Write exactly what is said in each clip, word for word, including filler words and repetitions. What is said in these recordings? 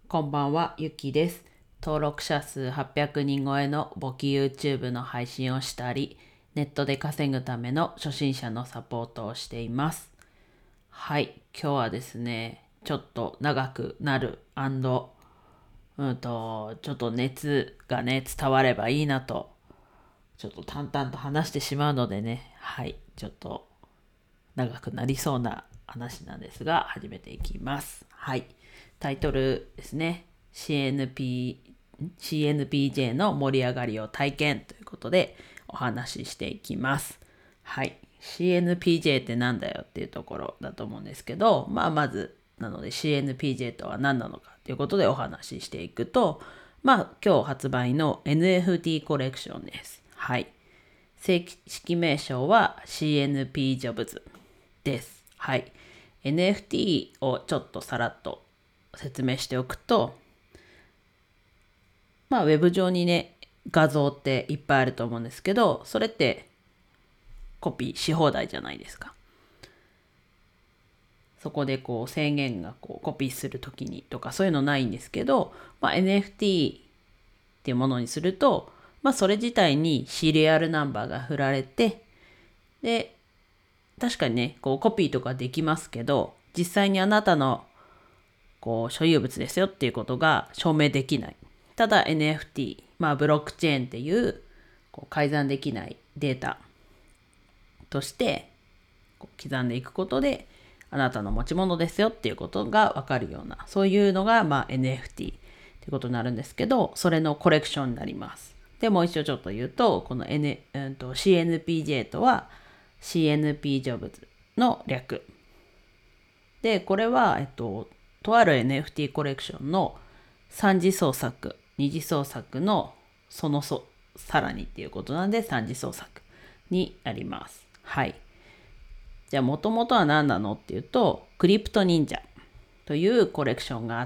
こんばんは、ゆきです。登録者数はっぴゃくにん超えの簿記 YouTube の配信をしたり、ネットで稼ぐための初心者のサポートをしています。はい、今日はですね、ちょっと長くなる、うんと、ちょっと熱がね、伝わればいいなと、ちょっと淡々と話してしまうのでね、はい、ちょっと長くなりそうな話なんですが、始めていきます。はい。タイトルですね。シーエヌピー、シーエヌピージェー の盛り上がりを体験ということでお話ししていきます。はい。シーエヌピージェー ってなんだよっていうところだと思うんですけど、まあまず、なので シーエヌピージェー とは何なのかということでお話ししていくと、まあ今日発売の エヌエフティー コレクションです。はい。正式名称は シーエヌピー ジョブズです。はい。エヌエフティー をちょっとさらっと説明しておくと、まあ、ウェブ上にね、画像っていっぱいあると思うんですけど、それってコピーし放題じゃないですか。そこでこう制限がこうコピーするときにとかそういうのないんですけど、まあ、エヌエフティー っていうものにすると、まあ、それ自体にシリアルナンバーが振られて、で、確かにね、こうコピーとかできますけど、実際にあなたのこう所有物ですよっていうことが証明できない。ただ エヌエフティー、まあブロックチェーンっていうこう改ざんできないデータとしてこう刻んでいくことで、あなたの持ち物ですよっていうことがわかるような、そういうのがまあ エヌエフティーってことになるんですけど、それのコレクションになります。で、もう一度ちょっと言うと、この、N うん、と シーエヌピージェー とは シーエヌピー ジョブズの略。で、これは、えっと、とある エヌエフティー コレクションのさん次創作、に次創作のそのそさらにっていうことなんでさん次創作になります。はい。じゃあもともとは何なのっていうと、クリプト忍者というコレクションがあって、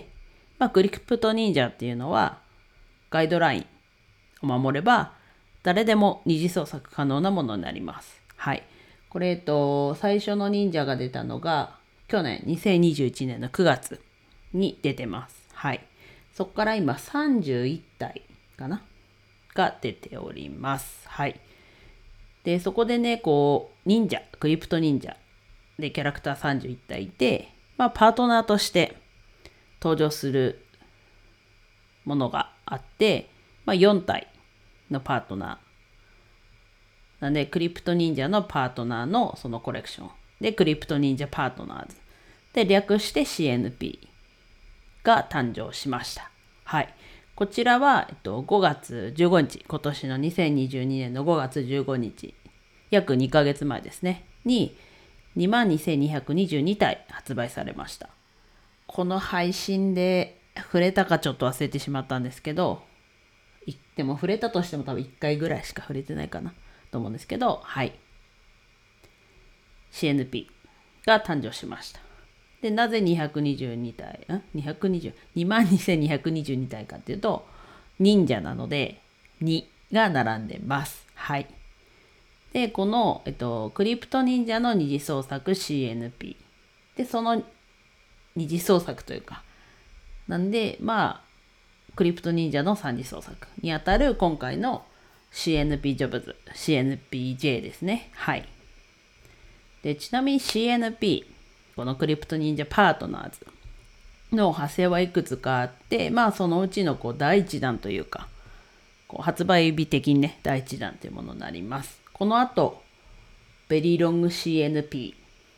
まあ、クリプト忍者っていうのはガイドラインを守れば誰でも二次創作可能なものになります。はい。これ、えっと、最初の忍者が出たのが去年にせんにじゅういちねんのくがつに出てます。はい。そこから今さんじゅういったいかなが出ております。はい。で、そこでね、こう、忍者、クリプト忍者でキャラクターさんじゅういったいいて、まあ、パートナーとして登場するものがあって、まあ、よん体のパートナー。なんで、クリプト忍者のパートナーのそのコレクション。で、クリプト忍者パートナーズ。で、略して シーエヌピー が誕生しました。はい。こちらは、えっと、ごがつじゅうごにち、今年のにせんにじゅうにねんのごがつじゅうごにち、約にかげつまえですね、に にまんにせんにひゃくにじゅうにたい発売されました。この配信で触れたかちょっと忘れてしまったんですけど、でも触れたとしても多分いっかいぐらいしか触れてないかなと思うんですけど、はい。シーエヌピー が誕生しました。で、なぜにひゃくにじゅうにたい、ん ?にひゃくにじゅう、にまんにせんにひゃくにじゅうにたいかっていうと、忍者なのでにが並んでます。はい。で、この、えっと、クリプト忍者の二次創作 シーエヌピー。で、その二次創作というか、なんで、まあ、クリプト忍者の三次創作にあたる今回の シーエヌピー ジョブズ、シーエヌピージェー ですね。はい。で、ちなみに シーエヌピー、このクリプト忍者パートナーズの派生はいくつかあって、まあそのうちのこう第一弾というか、こう発売日的にね、第一弾というものになります。この後、ベリーロング シーエヌピ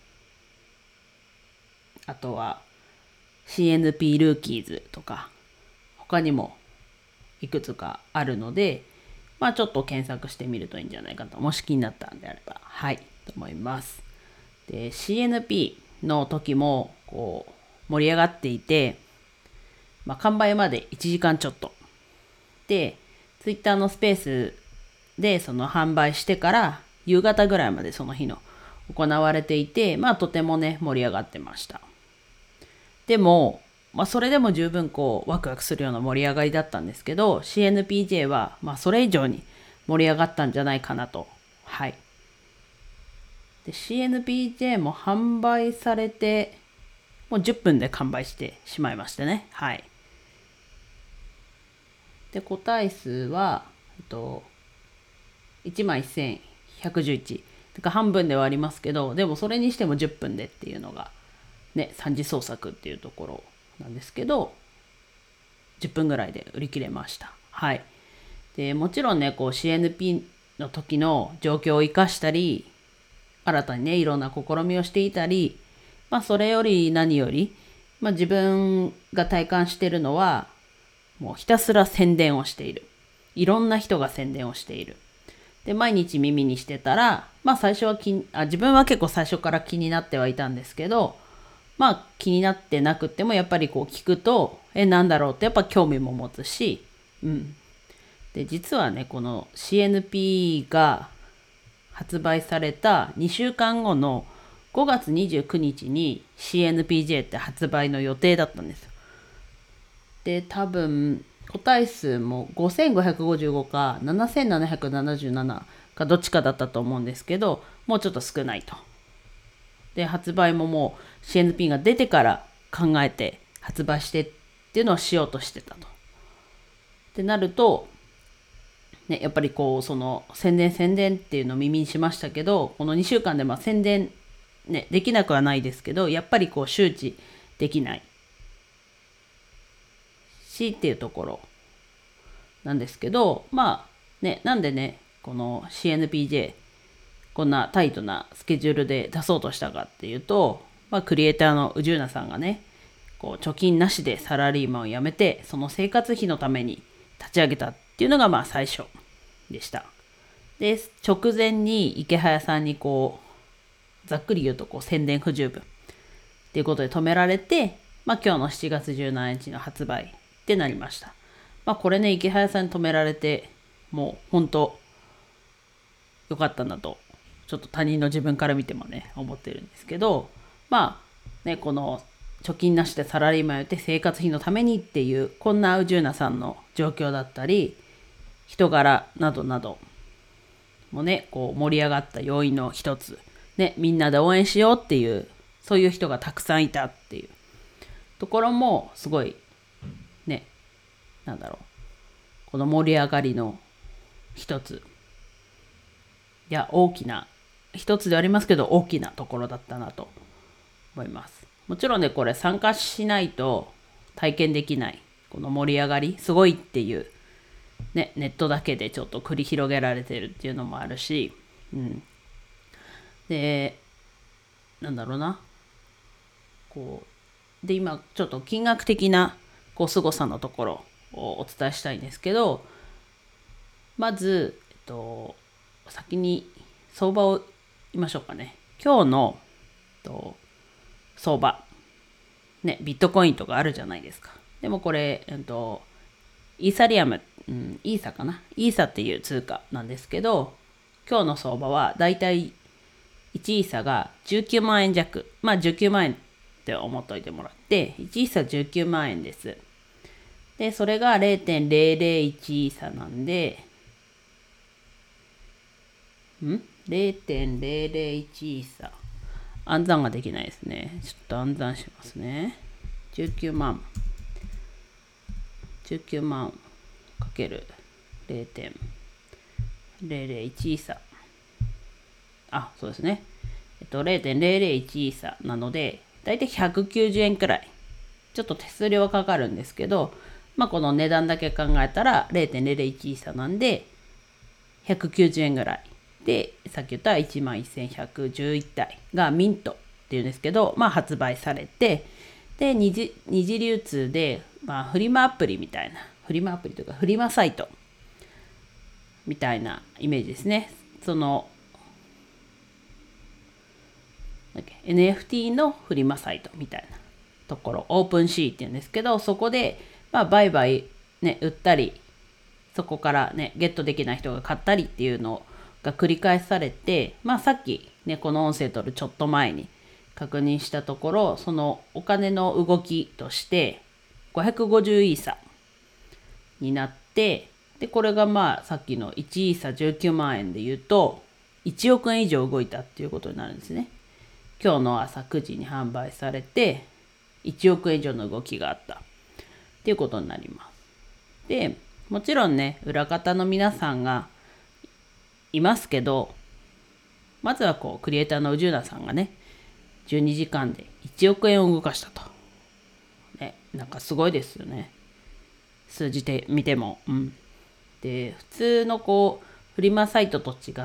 ー、あとは シーエヌピー ルーキーズとか、他にもいくつかあるので、まあちょっと検索してみるといいんじゃないかと、もし気になったんであれば、はい、と思います。で、シーエヌピー の時も、こう、盛り上がっていて、まあ、完売までいちじかんちょっと。で、Twitter のスペースでその販売してから夕方ぐらいまでその日の行われていて、まあとてもね、盛り上がってました。でも、まあそれでも十分こうワクワクするような盛り上がりだったんですけど、シーエヌピージェー はまあそれ以上に盛り上がったんじゃないかなと。はい。で、シーエヌピージェー も販売されて、もうじゅっぷんで完売してしまいましたね。はい。 で個体数は、えっと、いちまんせんひゃくじゅういちてか半分ではありますけど、でもそれにしてもじゅっぷんでっていうのがね、さん次創作っていうところなんですけど、じゅっぷんぐらいで売り切れました。はい。でもちろんね、こう シーエヌピー の時の状況を生かしたり、新たにね、いろんな試みをしていたり、まあそれより何より、まあ自分が体感しているのは、もうひたすら宣伝をしている。いろんな人が宣伝をしている。で、毎日耳にしてたら、まあ最初は気あ、自分は結構最初から気になってはいたんですけど、まあ気になってなくてもやっぱりこう聞くと、え、なんだろうってやっぱ興味も持つし、うん。で、実はね、この シーエヌピー が発売されたにしゅうかんごのごがつにじゅうくにちに シーエヌピージェー って発売の予定だったんですよ。で、多分、個体数もごせんごひゃくごじゅうごかななせんななひゃくななじゅうななかどっちかだったと思うんですけど、もうちょっと少ないと。で、発売ももう シーエヌピー が出てから考えて発売してっていうのをしようとしてたと。ってなると、ね、やっぱりこうその宣伝宣伝っていうのを耳にしましたけど、このにしゅうかんでまあ宣伝、ね、できなくはないですけど、やっぱりこう周知できないしっていうところなんですけど、まあね、なんでね、この シーエヌピージェー こんなタイトなスケジュールで出そうとしたかっていうと、まあ、クリエイターの宇宙なさんがね、こう貯金なしでサラリーマンを辞めて、その生活費のために立ち上げたっていうのがまあ最初でした。で、直前に池早さんにこう、ざっくり言うとこう宣伝不十分っていうことで止められて、まあ今日のしちがつじゅうしちにちの発売ってなりました。まあこれね、池早さんに止められて、もう本当良かったなと、ちょっと他人の自分から見てもね、思ってるんですけど、まあね、この貯金なしでサラリーマンやって生活費のためにっていう、こんな宇宙なさんの状況だったり、人柄などなどもね、こう盛り上がった要因の一つ、ね、みんなで応援しようっていう、そういう人がたくさんいたっていうところもすごいね、なんだろう、この盛り上がりの一つ、いや大きな一つでありますけど大きなところだったなと思います。もちろんね、これ参加しないと体験できないこの盛り上がり、すごいっていうね、ネットだけでちょっと繰り広げられてるっていうのもあるし、うん、で、なんだろうな、こうで今ちょっと金額的なこう凄さのところをお伝えしたいんですけど、まず、えっと、先に相場を言いましょうかね。今日の、えっと、相場、ね、ビットコインとかあるじゃないですか。でもこれ、えっと、イーサリアム、うん、イーサかな。イーサっていう通貨なんですけど、今日の相場はだいたいいちイーサがじゅうきゅうまんえん弱。まあじゅうきゅうまんえんって思っといてもらって、いちイーサじゅうきゅうまんえんです。で、それが れいてんぜろぜろいちイーサなんで、ん ?れいてんぜろぜろいち イーサ。暗算ができないですね。ちょっと暗算しますね。じゅうきゅうまん。じゅうきゅうまんかける れいてんぜろぜろいち イーサ。あ、そうですね。えっと、れいてんぜろぜろいちイーサなので、だいたいひゃくきゅうじゅうえんくらい。ちょっと手数料はかかるんですけど、まあ、この値段だけ考えたら れいてんぜろぜろいちイーサなんで、ひゃくきゅうじゅうえんぐらい。で、さっき言った いちまんせんひゃくじゅういち 体がミントっていうんですけど、まあ発売されて、で、二次、二次流通で、まあフリマアプリみたいな、フリマアプリというかフリマサイトみたいなイメージですね。その、エヌエフティー のフリマサイトみたいなところ、オープンシーっていうんですけど、そこで、まあ、売買、ね、売ったり、そこからね、ゲットできない人が買ったりっていうのが繰り返されて、まあさっきね、この音声取るちょっと前に確認したところ、そのお金の動きとしてごひゃくごじゅうイーサになって、で、これがまあさっきのいちイーサじゅうきゅうまんえんで言うと、いちおくえん以上動いたっていうことになるんですね。今日の朝くじに販売されて、いちおくえん以上の動きがあったっていうことになります。で、 もちろんね、裏方の皆さんがいますけど、まずはこうクリエイターの宇宙なさんがね、じゅうにじかんでいちおくえんを動かしたと。ね、なんかすごいですよね。数字で見ても。うん。で、普通のこう、フリマサイトと違って、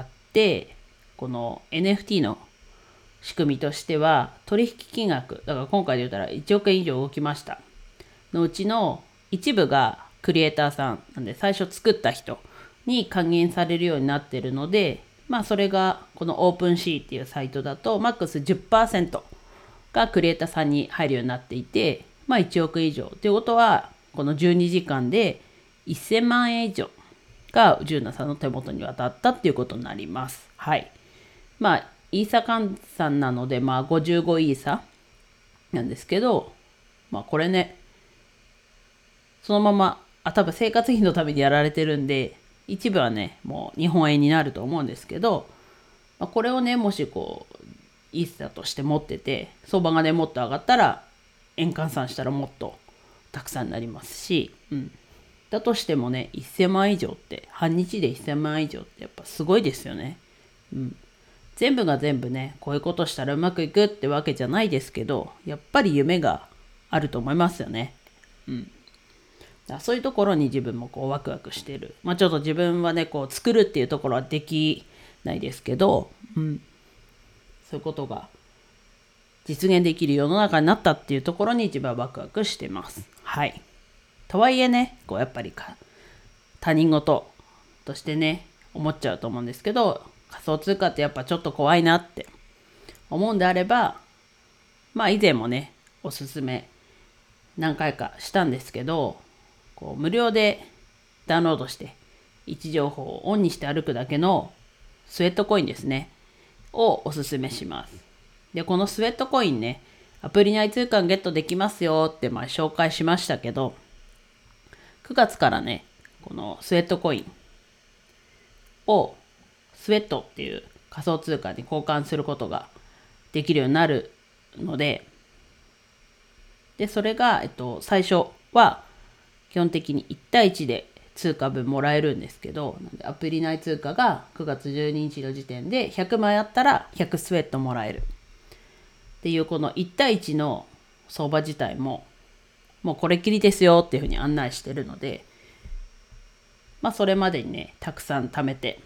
この エヌエフティー の仕組みとしては、取引金額、だから今回で言ったらいちおくえん以上動きましたのうちの一部がクリエイターさんなんで、最初作った人に還元されるようになっているので、まあそれがこのオープンシーっていうサイトだとマックス じゅっパーセント がクリエイターさんに入るようになっていて、まあいちおく以上ということは、このじゅうにじかんでせんまんえん以上がジューナさんの手元に渡ったっていうことになります。はい。まあイーサ換算なので、まあごじゅうごイーサなんですけど、まあこれね、そのまま、あ、多分生活費のためにやられてるんで、一部はね、もう日本円になると思うんですけど、まあ、これをね、もしこう、イーサとして持ってて、相場がね、もっと上がったら、円換算したらもっとたくさんになりますし、うん。だとしてもね、せんまん以上って、半日でせんまん以上ってやっぱすごいですよね。うん。全部が全部ね、こういうことしたらうまくいくってわけじゃないですけど、やっぱり夢があると思いますよね。うん。そういうところに自分もこうワクワクしてる。まあちょっと自分はね、こう作るっていうところはできないですけど、うん、そういうことが実現できる世の中になったっていうところに自分はワクワクしてます。はい。とはいえね、こうやっぱりか他人事としてね、思っちゃうと思うんですけど、仮想通貨ってやっぱちょっと怖いなって思うんであれば、まあ以前もね、おすすめ何回かしたんですけど、こう無料でダウンロードして位置情報をオンにして歩くだけのスウェットコインですねをおすすめします。でこのスウェットコインね、アプリ内通貨ゲットできますよってまあ紹介しましたけど、くがつからね、このスウェットコインをスウェットっていう仮想通貨に交換することができるようになるので、でそれが、えっと、最初は基本的にいち対いちで通貨分もらえるんですけど、なんでアプリ内通貨がくがつじゅうににちの時点でひゃくまいあったらひゃくスウェットもらえるっていう、このいち対いちの相場自体ももうこれっきりですよっていうふうに案内してるので、まあそれまでにね、たくさん貯めて、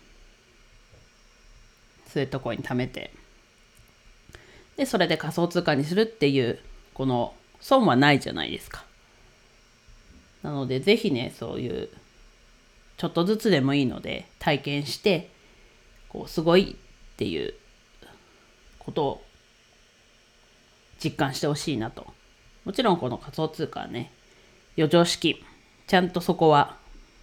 スウェットコイン貯めて、でそれで仮想通貨にするっていう、この損はないじゃないですか。なのでぜひね、そういうちょっとずつでもいいので体験して、こうすごいっていうことを実感してほしいなと。もちろんこの仮想通貨はね、余剰資金ちゃんとそこは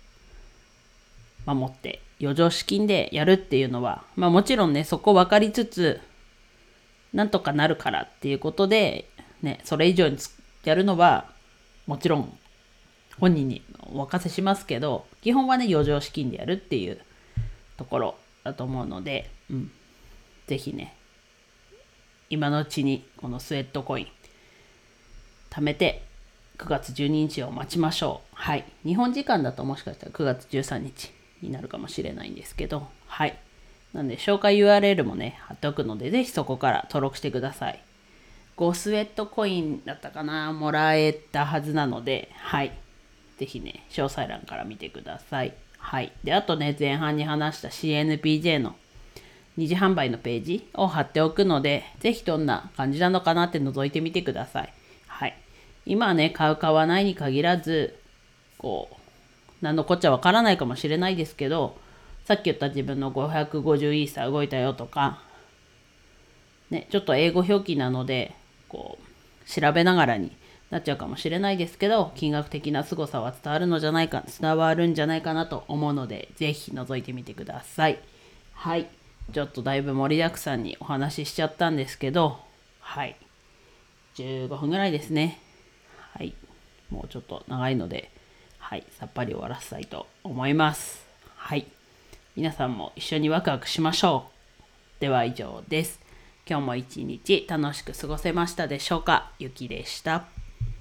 守って、余剰資金でやるっていうのは、まあもちろんね、そこ分かりつつなんとかなるからっていうことでね、それ以上にやるのはもちろん本人にお任せしますけど、基本はね、余剰資金でやるっていうところだと思うので、うん、ぜひね、今のうちにこのスウェットコイン貯めてくがつじゅうににちを待ちましょう。はい。日本時間だともしかしたらくがつじゅうさんにちになるかもしれないんですけど、はい。なんで紹介 ユーアールエル もね、貼っておくので、ぜひそこから登録してください。ごスウェットコインだったかな、もらえたはずなので、はい。ぜひね、詳細欄から見てください。はい。で、あとね、前半に話した シーエヌピージェー の二次販売のページを貼っておくので、ぜひどんな感じなのかなって覗いてみてください。はい。今はね、買う買わないに限らず、こう、何のこっちゃわからないかもしれないですけど、さっき言った自分のごひゃくごじゅうイーサ動いたよとか、ね、ちょっと英語表記なので、こう、調べながらになっちゃうかもしれないですけど、金額的な凄さは伝わるのじゃないか、伝わるんじゃないかなと思うので、ぜひ覗いてみてください。はい。ちょっとだいぶ盛りだくさんにお話ししちゃったんですけど、はい。じゅうごふんぐらいですね。はい。もうちょっと長いので、はい。さっぱり終わらせたいと思います。はい。皆さんも一緒にワクワクしましょう。では以上です。今日も一日楽しく過ごせましたでしょうか。ゆきでした。